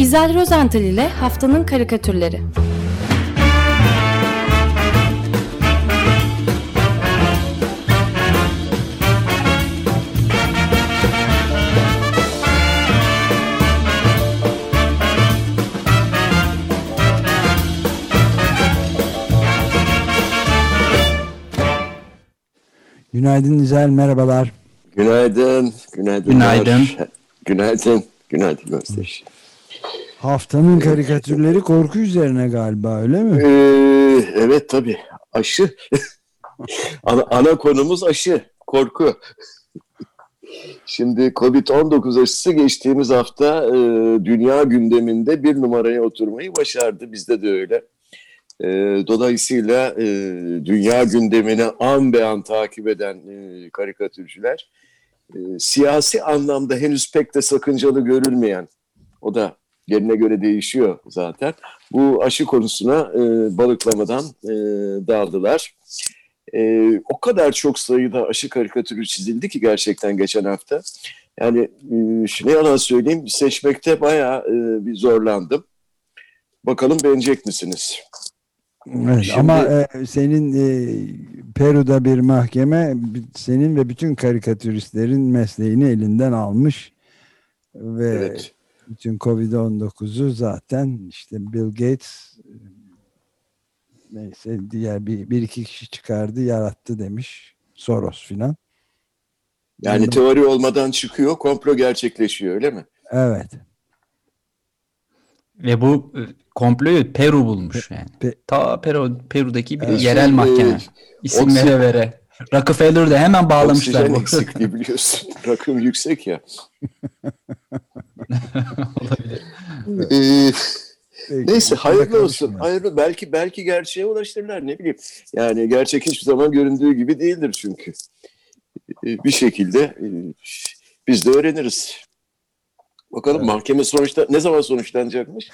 İzel Rozental ile Haftanın Karikatürleri. Günaydın İzel, merhabalar. Günaydın. Günaydın. Günaydın Özdeş. Haftanın karikatürleri korku üzerine galiba, öyle mi? Evet tabii. Aşı. ana konumuz aşı. Korku. Şimdi Covid-19 aşısı geçtiğimiz hafta dünya gündeminde bir numaraya oturmayı başardı. Bizde de öyle. Dolayısıyla dünya gündemini an be an takip eden karikatürcüler siyasi anlamda henüz pek de sakıncalı görülmeyen, o da yerine göre değişiyor zaten, bu aşı konusuna balıklamadan daldılar. O kadar çok sayıda aşı karikatürü çizildi ki gerçekten geçen hafta. Yani ne yalan söyleyeyim, seçmekte bayağı bir zorlandım. Bakalım beğenecek misiniz? Evet, şimdi, ama senin Peru'da bir mahkeme senin ve bütün karikatüristlerin mesleğini elinden almış ve evet, bütün Covid-19'u zaten işte Bill Gates neyse diğer bir iki kişi çıkardı, yarattı demiş, Soros filan. Yani teori olmadan çıkıyor, komplo gerçekleşiyor, öyle mi? Evet. Ve bu komployu Peru bulmuş yani. Ta Peru'daki bir yerel mahkeme. İsim vere. Rockefeller'ı da hemen bağlamışlar. Oksijen eksikliği biliyorsun. Rakım yüksek ya. Olabilir. Neyse, hayırlı olsun. Hayırlı, belki gerçeğe ulaştırırlar, ne bileyim. Yani gerçek hiçbir zaman göründüğü gibi değildir çünkü. Bir şekilde biz de öğreniriz. Bakalım, evet. Mahkeme sonuçta ne zaman sonuçlanacakmış?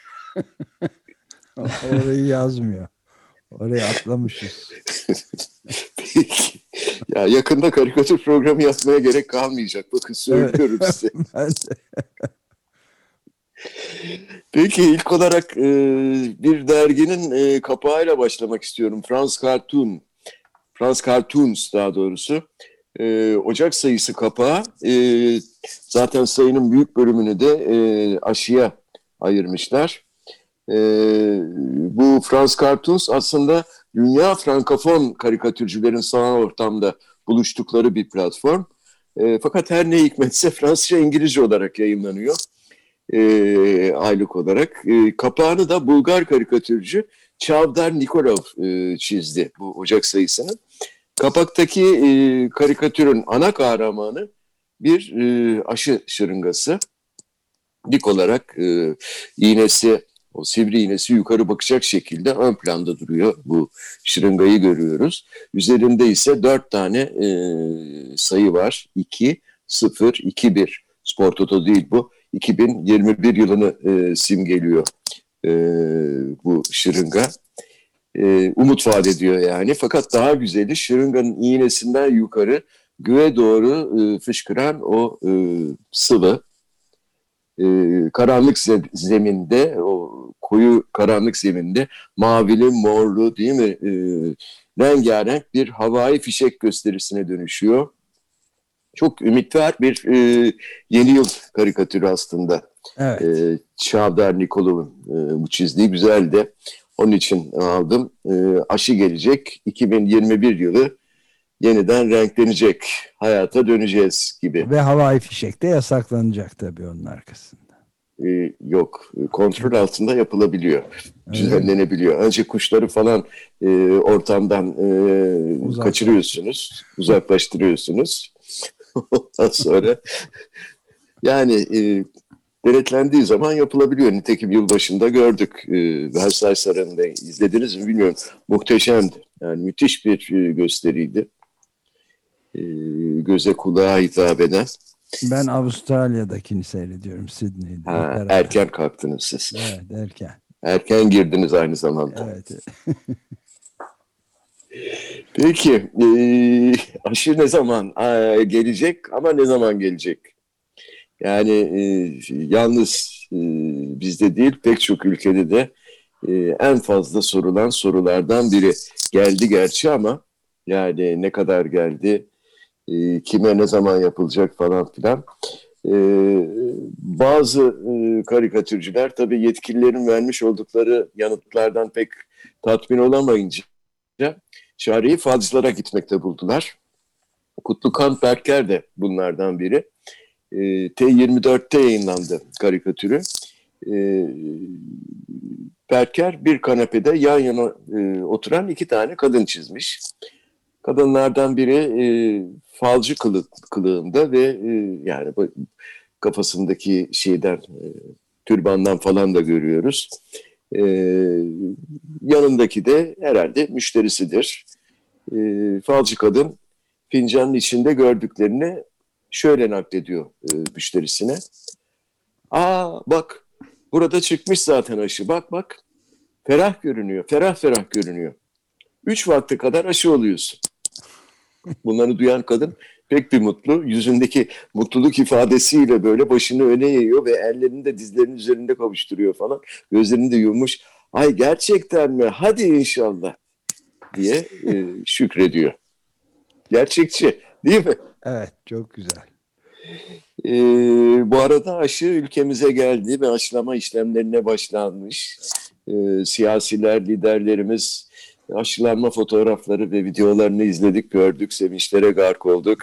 Orayı yazmıyor. Orayı atlamışız. Peki. Ya yakında karikatür programı yapmaya gerek kalmayacak. Bakın söylüyorum size. Peki, ilk olarak bir derginin kapağıyla başlamak istiyorum. France Cartoons daha doğrusu. Ocak sayısı kapağı. Zaten sayının büyük bölümünü de aşıya ayırmışlar. Bu France Cartoons aslında dünya frankofon karikatürcülerin sanal ortamda buluştukları bir platform. Fakat her ne hikmetse Fransızca, İngilizce olarak yayınlanıyor. Aylık olarak. Kapağını da Bulgar karikatürcü Çavdar Nikolov çizdi bu Ocak sayısının. Kapaktaki karikatürün ana kahramanı bir aşı şırıngası. Dik olarak iğnesi, o sivri iğnesi yukarı bakacak şekilde ön planda duruyor. Bu şırıngayı görüyoruz. Üzerinde ise 4 tane sayı var. 2, 0, 2, 1. Spor Toto değil bu. 2021 yılını simgeliyor bu şırınga. Umut vaat ediyor yani. Fakat daha güzeli, şırınganın iğnesinden yukarı göğe doğru fışkıran o sıvı. Karanlık zeminde, o koyu karanlık zeminde mavili, morlu, değil mi? Rengarenk bir havai fişek gösterisine dönüşüyor. Çok ümitvar bir yeni yıl karikatürü aslında. Evet. Çavdar Nikolov'un bu çizdiği güzeldi. Onun için aldım. Aşı gelecek. 2021 yılı yeniden renklenecek. Hayata döneceğiz gibi. Ve havai fişek de yasaklanacak tabii onun arkasında. Yok. Kontrol altında yapılabiliyor. Düzenlenebiliyor. Önce kuşları falan ortamdan kaçırıyorsunuz. Uzaklaştırıyorsunuz. Ondan sonra yani denetlendiği zaman yapılabiliyor. Nitekim yılbaşında gördük. Versailles Sarayı'nda izlediniz mi bilmiyorum. Muhteşemdi. Yani müthiş bir gösteriydi. Göze kulağa hitap eden. Ben Avustralya'dakini seyrediyorum, Sydney'de. Erken kalktınız siz. Evet, erken. Erken girdiniz aynı zamanda. Evet. Peki, aşı ne zaman gelecek, ama ne zaman gelecek? Yani yalnız bizde değil, pek çok ülkede de en fazla sorulan sorulardan biri. Geldi gerçi ama yani ne kadar geldi, kime ne zaman yapılacak falan filan. Bazı karikatürcüler tabii yetkililerin vermiş oldukları yanıtlardan pek tatmin olamayınca çareyi falcılara gitmekte buldular. Kutlukan Berker de bunlardan biri. T24'te yayınlandı karikatürü. Berker bir kanepede yan yana oturan iki tane kadın çizmiş. Kadınlardan biri falcı kılığında ve yani kafasındaki şeyden, türbandan falan da görüyoruz. Yanındaki de herhalde müşterisidir. Falcı kadın fincanın içinde gördüklerini şöyle naklediyor müşterisine. Aa bak, burada çıkmış zaten aşı, bak ferah görünüyor, ferah görünüyor. 3 vakte kadar aşı oluyorsun. Bunları duyan kadın pek bir mutlu. Yüzündeki mutluluk ifadesiyle böyle başını öne eğiyor ve ellerini de dizlerinin üzerinde kavuşturuyor falan. Gözlerini de yummuş. Ay gerçekten mi? Hadi inşallah diye şükrediyor. Gerçekçi değil mi? Evet, çok güzel. Bu arada aşı ülkemize geldi ve aşılama işlemlerine başlanmış. Siyasiler, liderlerimiz aşılanma fotoğrafları ve videolarını izledik, gördük, sevinçlere gark olduk.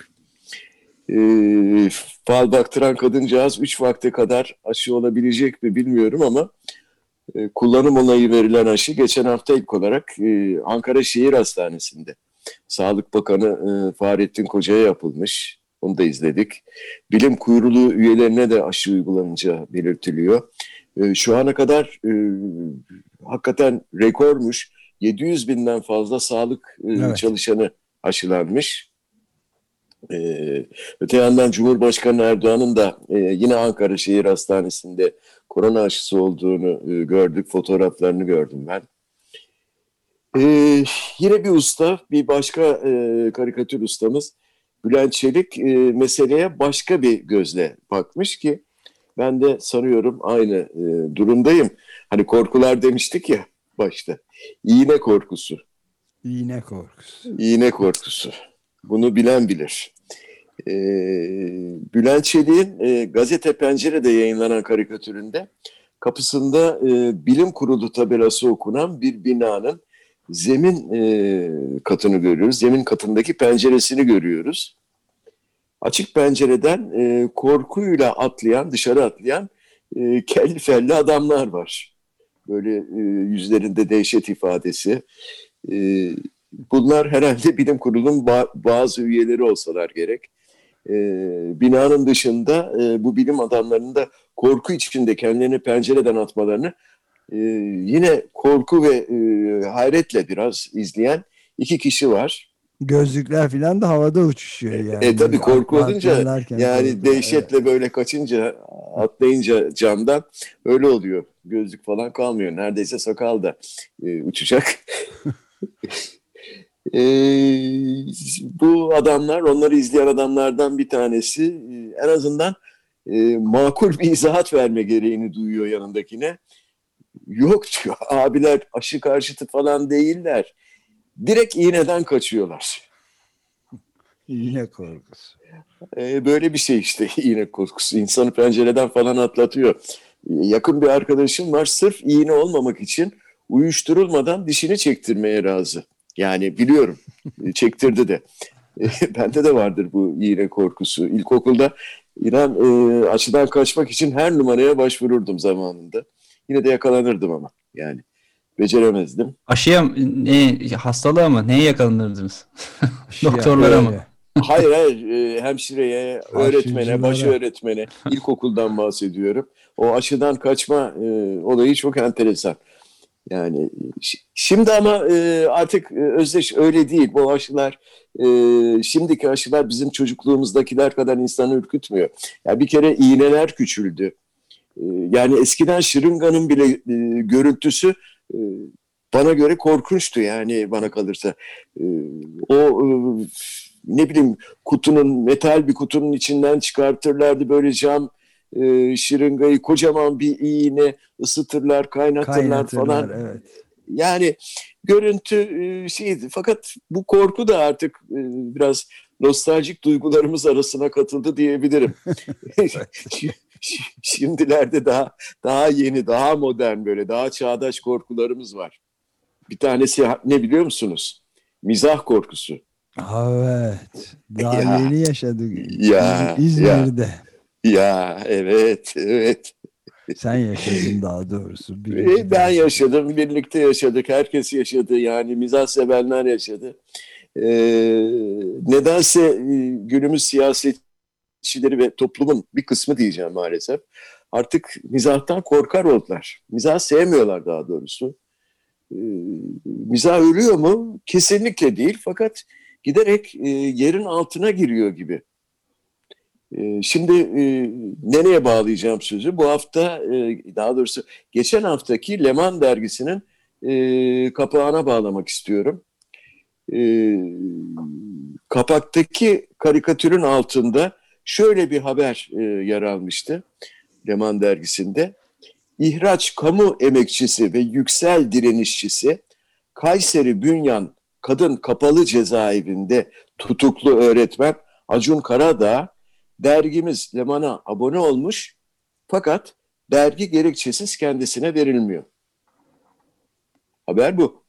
Fal baktıran kadıncağız 3 vakte kadar aşı olabilecek mi bilmiyorum ama kullanım onayı verilen aşı geçen hafta ilk olarak Ankara Şehir Hastanesi'nde Sağlık Bakanı Fahrettin Koca'ya yapılmış. Onu da izledik. Bilim kurulu üyelerine de aşı uygulanacağı belirtiliyor. Şu ana kadar hakikaten rekormuş. 700 binden fazla sağlık çalışanı aşılanmış. Öte yandan Cumhurbaşkanı Erdoğan'ın da yine Ankara Şehir Hastanesi'nde korona aşısı olduğunu gördük. Fotoğraflarını gördüm ben. Yine bir usta, bir başka karikatür ustamız Bülent Çelik meseleye başka bir gözle bakmış ki ben de sanıyorum aynı durumdayım. Hani korkular demiştik ya başta. İğne korkusu. İğne korkusu. İğne korkusu. Bunu bilen bilir. Bülent Çelik'in Gazete Pencere'de yayınlanan karikatüründe kapısında bilim kurulu tabelası okunan bir binanın zemin katını görüyoruz. Zemin katındaki penceresini görüyoruz. Açık pencereden korkuyla dışarı atlayan kelli felli adamlar var. Böyle yüzlerinde dehşet ifadesi. Bunlar herhalde bilim kurulunun bazı üyeleri olsalar gerek. Binanın dışında bu bilim adamlarının da korku içinde kendilerini pencereden atmalarını yine korku ve hayretle biraz izleyen iki kişi var. Gözlükler falan da havada uçuşuyor yani. Tabii korku olunca yani dehşetle böyle kaçınca, atlayınca camdan öyle oluyor. Gözlük falan kalmıyor. Neredeyse sakal da uçacak. Bu adamlar, onları izleyen adamlardan bir tanesi en azından makul bir izahat verme gereğini duyuyor yanındakine. Yok diyor, abiler aşı karşıtı falan değiller. Direkt iğneden kaçıyorlar. İğne korkusu. Böyle bir şey işte iğne korkusu. İnsanı pencereden falan atlatıyor. Yakın bir arkadaşım var, sırf iğne olmamak için uyuşturulmadan dişini çektirmeye razı. Yani biliyorum, çektirdi de. Bende de vardır bu iğne korkusu. İlkokulda inan aşıdan kaçmak için her numaraya başvururdum zamanında. Yine de yakalanırdım ama yani beceremezdim. Aşıya hastalığa mı? Neye yakalanırdınız? Doktorlara mı? Hayır, hemşireye, öğretmene, baş öğretmene, ilkokuldan bahsediyorum. O aşıdan kaçma olayı çok enteresan. Yani şimdi ama artık özdeş öyle değil. Bu aşılar, şimdiki aşılar bizim çocukluğumuzdakiler kadar insanı ürkütmüyor. Yani bir kere iğneler küçüldü. Yani eskiden şırınganın bile görüntüsü bana göre korkunçtu yani bana kalırsa. Ne bileyim metal bir kutunun içinden çıkartırlardı böyle cam şırıngayı, kocaman bir iğne ısıtırlar, kaynatırlar falan. Evet. Yani görüntü şeydi. Fakat bu korku da artık biraz nostaljik duygularımız arasına katıldı diyebilirim. Şimdilerde daha yeni, daha modern, böyle daha çağdaş korkularımız var. Bir tanesi ne biliyor musunuz? Mizah korkusu. Evet. Daha Ya, yeni yaşadık. ya, İzmir'de. Ya, evet. Sen yaşadın daha doğrusu. Ben yaşadım, birlikte yaşadık, herkes yaşadı. Yani mizah sevenler yaşadı. Nedense günümüz siyasetçileri ve toplumun bir kısmı diyeceğim maalesef, artık mizahtan korkar oldular. Mizah sevmiyorlar daha doğrusu. Mizah ölüyor mu? Kesinlikle değil. Fakat giderek yerin altına giriyor gibi. Şimdi nereye bağlayacağım sözü? Bu hafta, daha doğrusu geçen haftaki Leman dergisinin kapağına bağlamak istiyorum. Kapaktaki karikatürün altında şöyle bir haber yer almıştı Leman dergisinde. İhraç kamu emekçisi ve yüksel direnişçisi Kayseri Bünyan Kadın Kapalı Cezaevinde tutuklu öğretmen Acun Karadağ dergimiz Leman'a abone olmuş, fakat dergi gerekçesiz kendisine verilmiyor. Haber bu.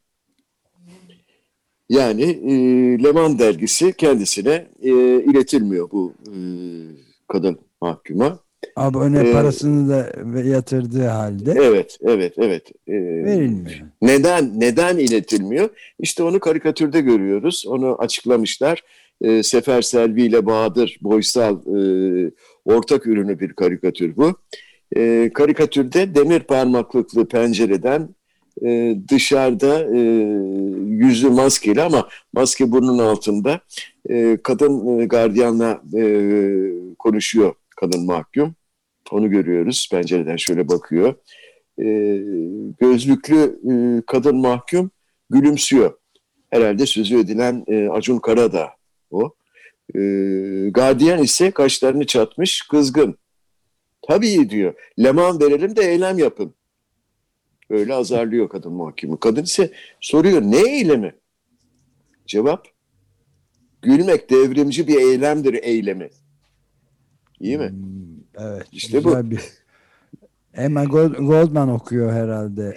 Yani Leman dergisi kendisine iletilmiyor bu kadın mahkuma. Abone parasını da yatırdığı halde. Evet. Verilmiyor. Neden iletilmiyor? İşte onu karikatürde görüyoruz. Onu açıklamışlar. Sefer Selvi ile Bahadır Boysal ortak ürünü bir karikatür bu. Karikatürde demir parmaklıklı pencereden dışarıda yüzü maskeli ama maske burnun altında kadın gardiyanla konuşuyor kadın mahkum. Onu görüyoruz. Pencereden şöyle bakıyor. Gözlüklü kadın mahkum gülümsüyor. Herhalde sözü edilen Acun Karadağ o. Gardiyan ise kaşlarını çatmış, kızgın. Tabii diyor. Leman verelim de eylem yapın. Öyle azarlıyor kadın mahkumu. Kadın ise soruyor, ne eylemi? Cevap, gülmek devrimci bir eylemdir eylemi. İyi mi? Evet. İşte bu. Emma Goldman okuyor herhalde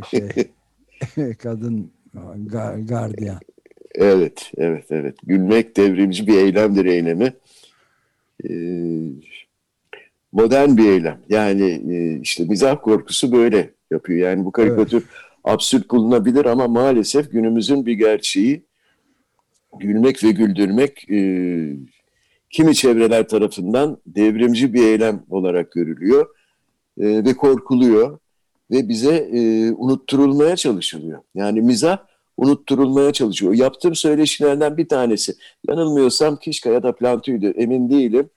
kadın gardiyan. Evet. Gülmek devrimci bir eylemdir eylemi. Modern bir eylem. Yani işte mizah korkusu böyle yapıyor. Yani bu karikatür absürt bulunabilir ama maalesef günümüzün bir gerçeği. Gülmek ve güldürmek kimi çevreler tarafından devrimci bir eylem olarak görülüyor ve korkuluyor ve bize unutturulmaya çalışılıyor. Yani mizah unutturulmaya çalışıyor. Yaptığım söyleşilerden bir tanesi. Yanılmıyorsam Kişka ya da Plantu'ydu, emin değilim.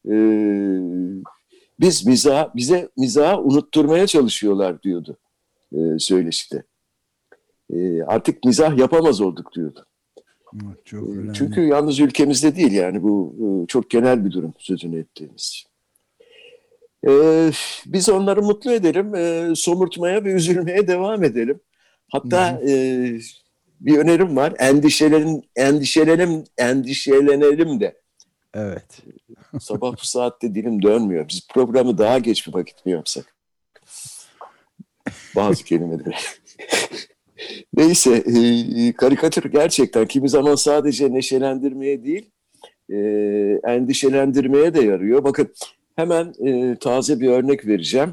Bize mizahı unutturmaya çalışıyorlar diyordu söyleşide. Artık mizah yapamaz olduk diyordu. Çok önemli. Çünkü yalnız ülkemizde değil, yani bu çok genel bir durum sözünü ettiğimiz. Biz onları mutlu edelim, somurtmaya ve üzülmeye devam edelim. Hatta bir önerim var, endişelenelim de. Evet. Sabah bu saatte dilim dönmüyor. Biz programı daha geç bir vakit mi yapsak? Bazı kelimeleri. Neyse, karikatür gerçekten kimi zaman sadece neşelendirmeye değil, endişelendirmeye de yarıyor. Bakın hemen taze bir örnek vereceğim.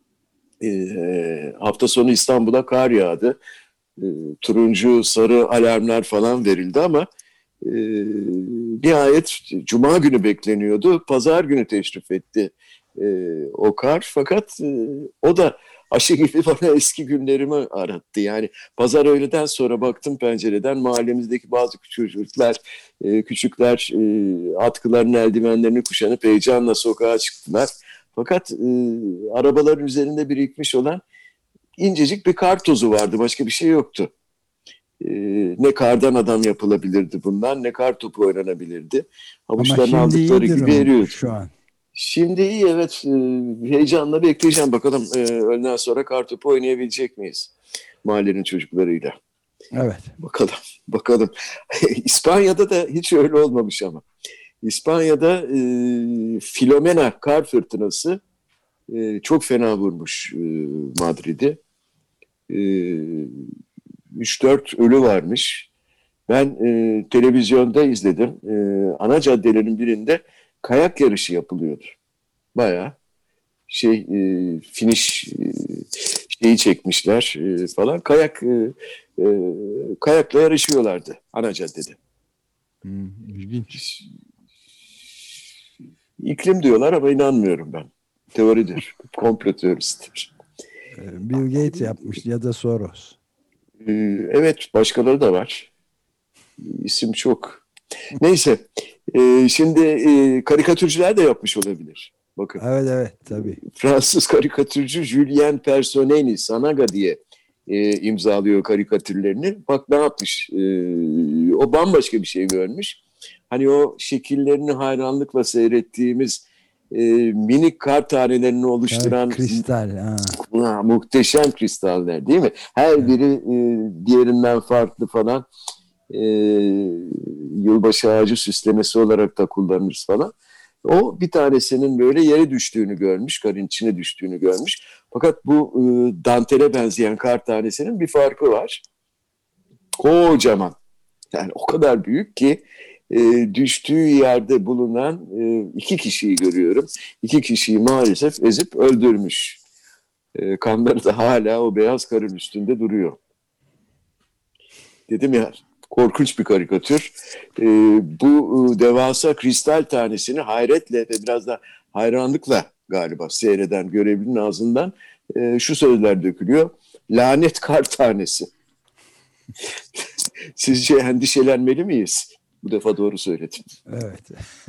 Hafta sonu İstanbul'a kar yağdı. Turuncu, sarı alarmlar falan verildi ama nihayet Cuma günü bekleniyordu. Pazar günü teşrif etti o kar. Fakat o da aşı gibi bana eski günlerimi arattı. Yani pazar öğleden sonra baktım pencereden, mahallemizdeki bazı küçükler atkıların eldivenlerini kuşanıp heyecanla sokağa çıktılar. Fakat arabaların üzerinde birikmiş olan incecik bir kar tozu vardı. Başka bir şey yoktu. Ne kardan adam yapılabilirdi bundan, ne kar topu oynanabilirdi. Avuçlarını aldıkları gibi eriyordu. Şu an. Şimdi iyi, evet. Heyecanla bekleyeceğim bakalım öğleden sonra kartopu oynayabilecek miyiz mahallenin çocuklarıyla. Evet. Bakalım. İspanya'da da hiç öyle olmamış ama. İspanya'da Filomena kar fırtınası çok fena vurmuş Madrid'i. 3-4 ölü varmış. Ben televizyonda izledim. Ana caddelerin birinde kayak yarışı yapılıyordu. Bayağı finish şeyi çekmişler falan. Kayakla yarışıyorlardı ana caddede. İlginç. İklim diyorlar ama inanmıyorum ben. Teoridir. Komplo teorisidir. Bill Gates yapmış ya da Soros. Evet, başkaları da var. İsim çok. Neyse. Şimdi karikatürcüler de yapmış olabilir. Bakın. Evet tabii. Fransız karikatürcü Julien Personeni Sanaga diye imzalıyor karikatürlerini. Bak ne yapmış. O bambaşka bir şey görmüş. Hani o şekillerini hayranlıkla seyrettiğimiz minik kar tanelerini oluşturan kristal. muhteşem kristaller değil mi? Her biri diğerinden farklı falan. Yılbaşı ağacı süslemesi olarak da kullanırız falan. O bir tanesinin böyle yere düştüğünü görmüş, karın içine düştüğünü görmüş. Fakat bu dantele benzeyen kar tanesinin bir farkı var. Kocaman. Yani o kadar büyük ki düştüğü yerde bulunan 2 kişiyi görüyorum. 2 kişiyi maalesef ezip öldürmüş. Kanları da hala o beyaz karın üstünde duruyor. Dedim ya, korkunç bir karikatür. Bu devasa kristal tanesini hayretle ve biraz da hayranlıkla galiba seyreden görevlinin ağzından şu sözler dökülüyor. Lanet kar tanesi. Sizce endişelenmeli miyiz? Bu defa doğru söyledim. Evet.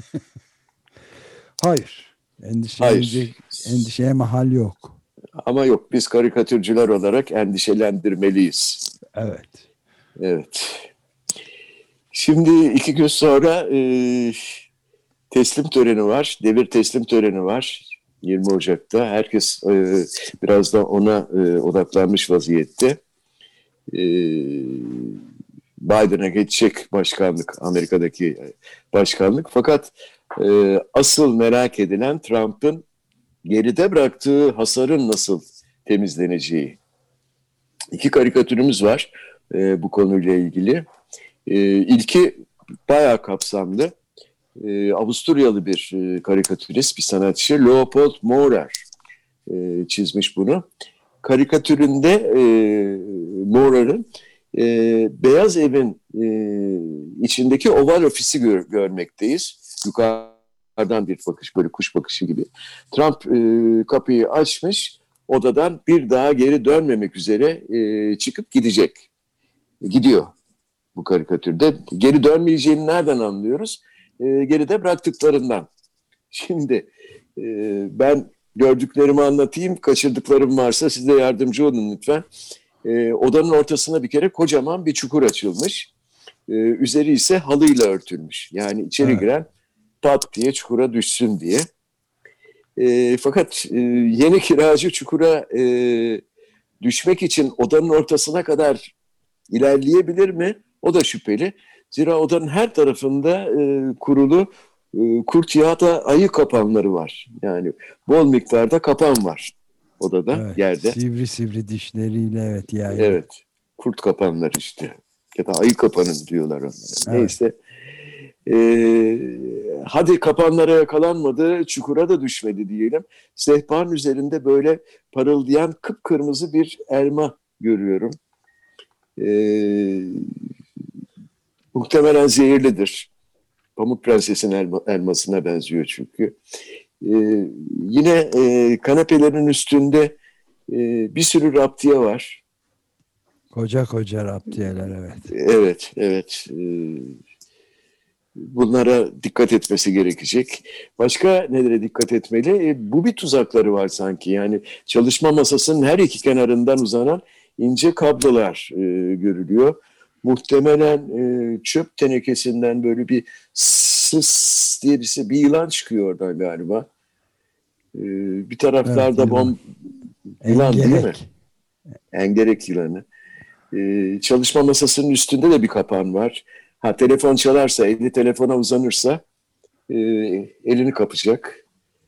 Hayır. Endişeye mahal yok. Ama yok, biz karikatürcüler olarak endişelendirmeliyiz. Evet. Şimdi 2 gün sonra teslim töreni var. Devir teslim töreni var. 20 Ocak'ta. Herkes biraz da ona odaklanmış vaziyette. Biden'a geçecek başkanlık, Amerika'daki başkanlık. Fakat asıl merak edilen Trump'ın geride bıraktığı hasarın nasıl temizleneceği. 2 karikatürümüz var bu konuyla ilgili. İlki bayağı kapsamlı. Avusturyalı bir karikatürist, bir sanatçı Leopold Maurer çizmiş bunu. Karikatüründe Maurer'ın Beyaz Evin içindeki oval ofisi görmekteyiz. Yukarıdan bir bakış, böyle kuş bakışı gibi. Trump kapıyı açmış, odadan bir daha geri dönmemek üzere çıkıp gidiyor bu karikatürde. Geri dönmeyeceğini nereden anlıyoruz? Geride bıraktıklarından. Şimdi ben gördüklerimi anlatayım, kaçırdıklarım varsa siz de yardımcı olun lütfen. Odanın ortasına bir kere kocaman bir çukur açılmış. Üzeri ise halıyla örtülmüş. Yani içeri giren pat diye çukura düşsün diye. Fakat yeni kiracı çukura düşmek için odanın ortasına kadar ilerleyebilir mi? O da şüpheli. Zira odanın her tarafında kurulu kurt ya da ayı kapanları var. Yani bol miktarda kapan var odada, yerde. Sivri dişleriyle yani. Evet. Kurt kapanlar işte. Ya da ayı kapanı diyorlar onlara. Evet. Neyse. Hadi kapanlara yakalanmadı, çukura da düşmedi diyelim. Sehpanın üzerinde böyle parıldayan kıpkırmızı bir elma görüyorum. Muhtemelen zehirlidir. Pamuk Prenses'in elmasına benziyor çünkü. Yine kanepelerin üstünde bir sürü raptiye var. Koca raptiyeler, evet. Evet. Bunlara dikkat etmesi gerekecek. Başka nelere dikkat etmeli? Bu bir tuzakları var sanki. Yani çalışma masasının her iki kenarından uzanan ince kablolar görülüyor. Muhtemelen çöp tenekesinden böyle bir sıs diye bir yılan çıkıyor oradan galiba. Bir taraflarda yılan değil mi? Engerek yılanı. Çalışma masasının üstünde de bir kapan var. Telefon çalarsa, eli telefona uzanırsa elini kapacak.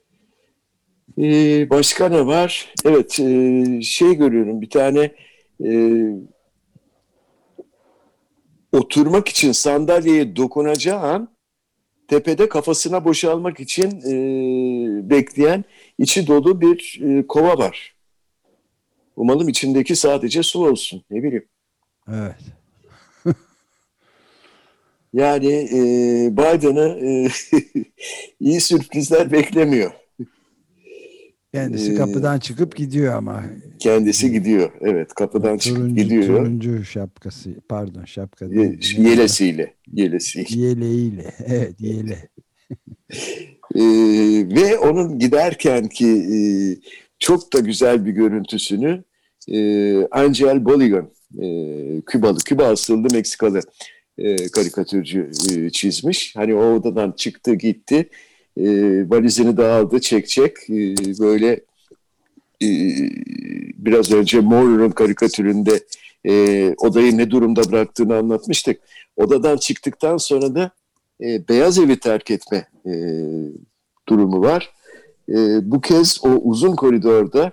Başka ne var? Evet, görüyorum, bir tane oturmak için sandalyeye dokunacağı an tepede kafasına boşalmak için bekleyen içi dolu bir kova var. Umalım içindeki sadece su olsun. Ne bileyim. Evet. Yani Biden'ı iyi sürprizler beklemiyor. Kendisi kapıdan çıkıp gidiyor ama. Kendisi gidiyor. Evet, kapıdan çıkıp gidiyor. Turuncu şapkası, pardon, şapka değil. Yelesiyle. Yeleğiyle. Evet, yele. Ve onun giderken ki çok da güzel bir görüntüsünü Angel Boligan, Küba asıllı Meksikalı karikatürcü çizmiş. Hani o odadan çıktı gitti, valizini de aldı, çek böyle biraz önce Moore'un karikatüründe odayı ne durumda bıraktığını anlatmıştık. Odadan çıktıktan sonra da Beyaz Evi terk etme durumu var. Bu kez o uzun koridorda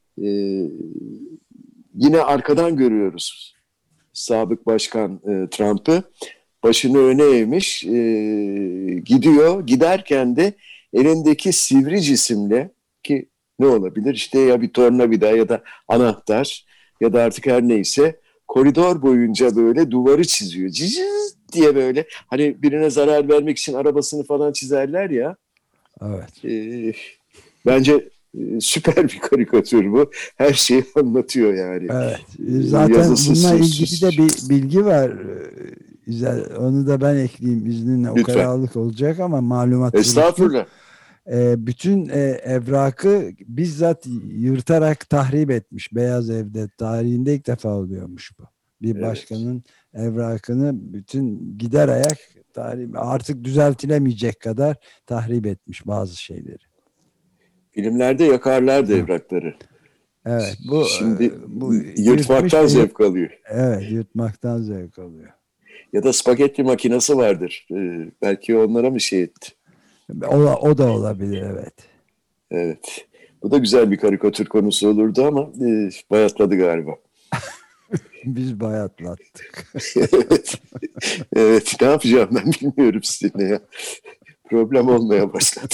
yine arkadan görüyoruz sabık başkan Trump'ı. Başını öne eğmiş, gidiyor. Giderken de elindeki sivri cisimle, ki ne olabilir? İşte ya bir tornavida ya da anahtar ya da artık her neyse, koridor boyunca böyle duvarı çiziyor. Cız diye böyle, hani birine zarar vermek için arabasını falan çizerler ya. Evet. Bence süper bir karikatür bu. Her şeyi anlatıyor yani. Evet. Zaten bununla ilgili de bir bilgi var. Onu da ben ekleyeyim izninle. Lütfen. Ukalalık olacak ama malumat. Estağfurullah. Bütün evrakı bizzat yırtarak tahrip etmiş Beyaz Ev'de. Tarihinde ilk defa oluyormuş bu. Bir başkanın evrakını bütün gider ayak artık düzeltilemeyecek kadar tahrip etmiş bazı şeyleri. Filmlerde yakarlardı evrakları. Evet. Şimdi yırtmaktan zevk alıyor. Evet, yırtmaktan zevk alıyor. Ya da spagetti makinesi vardır. Belki onlara mı şey etti? O da olabilir, evet. Evet. Bu da güzel bir karikatür konusu olurdu ama bayatladı galiba. Biz bayatlattık. Evet. Evet. Ne yapacağım ben bilmiyorum sizinle ya. Problem olmaya başladı.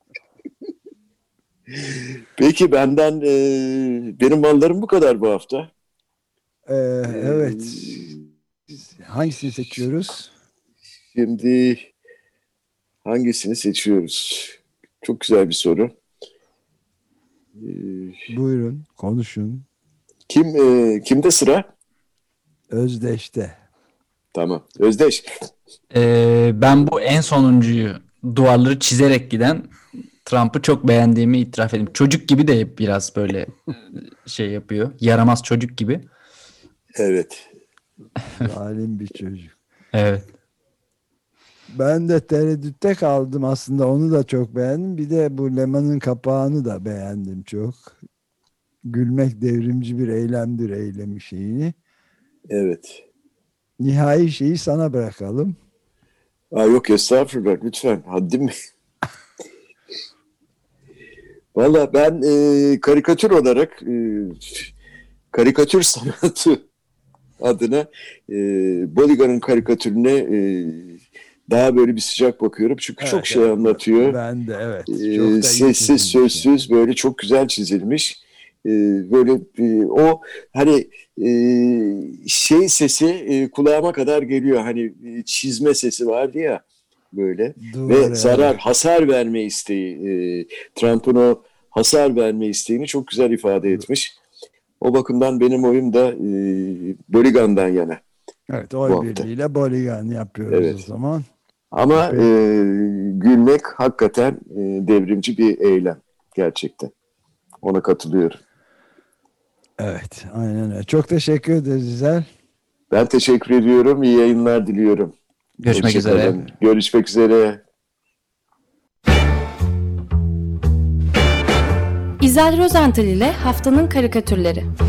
Peki benden benim mallarım bu kadar bu hafta. Evet. Hangisini seçiyoruz? Şimdi hangisini seçiyoruz? Çok güzel bir soru. Buyurun, konuşun. Kimde sıra? Özdeş'te. Tamam. Özdeş. Ben bu en sonuncuyu, duvarları çizerek giden Trump'ı çok beğendiğimi itiraf edeyim. Çocuk gibi de biraz böyle şey yapıyor. Yaramaz çocuk gibi. Evet. Zalim bir çocuk. Evet. Ben de tereddütte kaldım aslında, onu da çok beğendim. Bir de bu Leman'ın kapağını da beğendim çok. Gülmek devrimci bir eylemdir eylemi şeyini. Evet. Nihai şeyi sana bırakalım. Yok estağfurullah lütfen, haddim mi? Valla ben karikatür olarak karikatür sanatı adına Boligan'ın karikatürüne daha böyle bir sıcak bakıyorum. Çünkü çok şey anlatıyor. Ben de evet. Çok sessiz, sözsüz, böyle çok güzel çizilmiş. Böyle o hani şey sesi kulağıma kadar geliyor. Hani çizme sesi vardı ya böyle. Ve hasar verme isteği. Trump'ın o hasar verme isteğini çok güzel ifade etmiş. O bakımdan benim oyum da Boligan'dan yana. Evet, oy birliğiyle Boligan yapıyoruz o zaman. Ama gülmek hakikaten devrimci bir eylem gerçekten. Ona katılıyorum. Evet, aynen öyle. Çok teşekkür ederiz İzel. Ben teşekkür ediyorum. İyi yayınlar diliyorum. Görüşmek üzere. Görüşmek üzere. İzel Rozental ile Haftanın Karikatürleri.